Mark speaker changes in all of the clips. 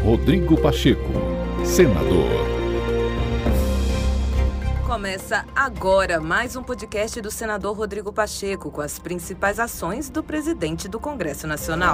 Speaker 1: Rodrigo Pacheco, senador.
Speaker 2: Começa agora mais um podcast do senador Rodrigo Pacheco com as principais ações do presidente do Congresso Nacional.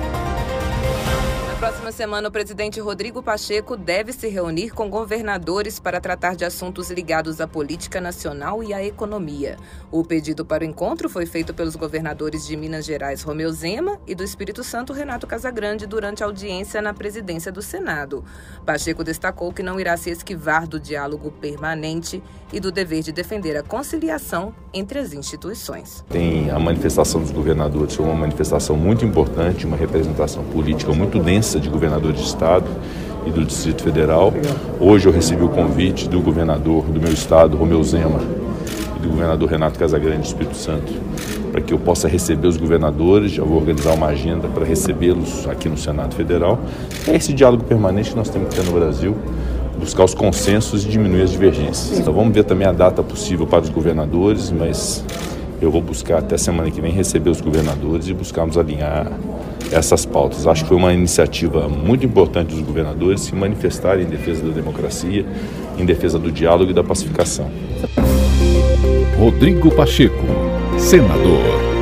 Speaker 2: Na próxima semana, o presidente Rodrigo Pacheco deve se reunir com governadores para tratar de assuntos ligados à política nacional e à economia. O pedido para o encontro foi feito pelos governadores de Minas Gerais, Romeu Zema, e do Espírito Santo, Renato Casagrande, durante a audiência na presidência do Senado. Pacheco destacou que não irá se esquivar do diálogo permanente e do dever de defender a conciliação entre as instituições.
Speaker 3: Tem a manifestação dos governadores, foi uma manifestação muito importante, uma representação política muito densa de governadores de estado e do Distrito Federal. Hoje eu recebi o convite do governador do meu estado, Romeu Zema, e do governador Renato Casagrande do Espírito Santo, para que eu possa receber os governadores. Já vou organizar uma agenda para recebê-los aqui no Senado Federal. É esse diálogo permanente que nós temos que ter no Brasil, buscar os consensos e diminuir as divergências. Então vamos ver também a data possível para os governadores, mas eu vou buscar até semana que vem receber os governadores e buscarmos alinhar essas pautas. Acho que foi uma iniciativa muito importante dos governadores se manifestarem em defesa da democracia, em defesa do diálogo e da pacificação.
Speaker 1: Rodrigo Pacheco, senador.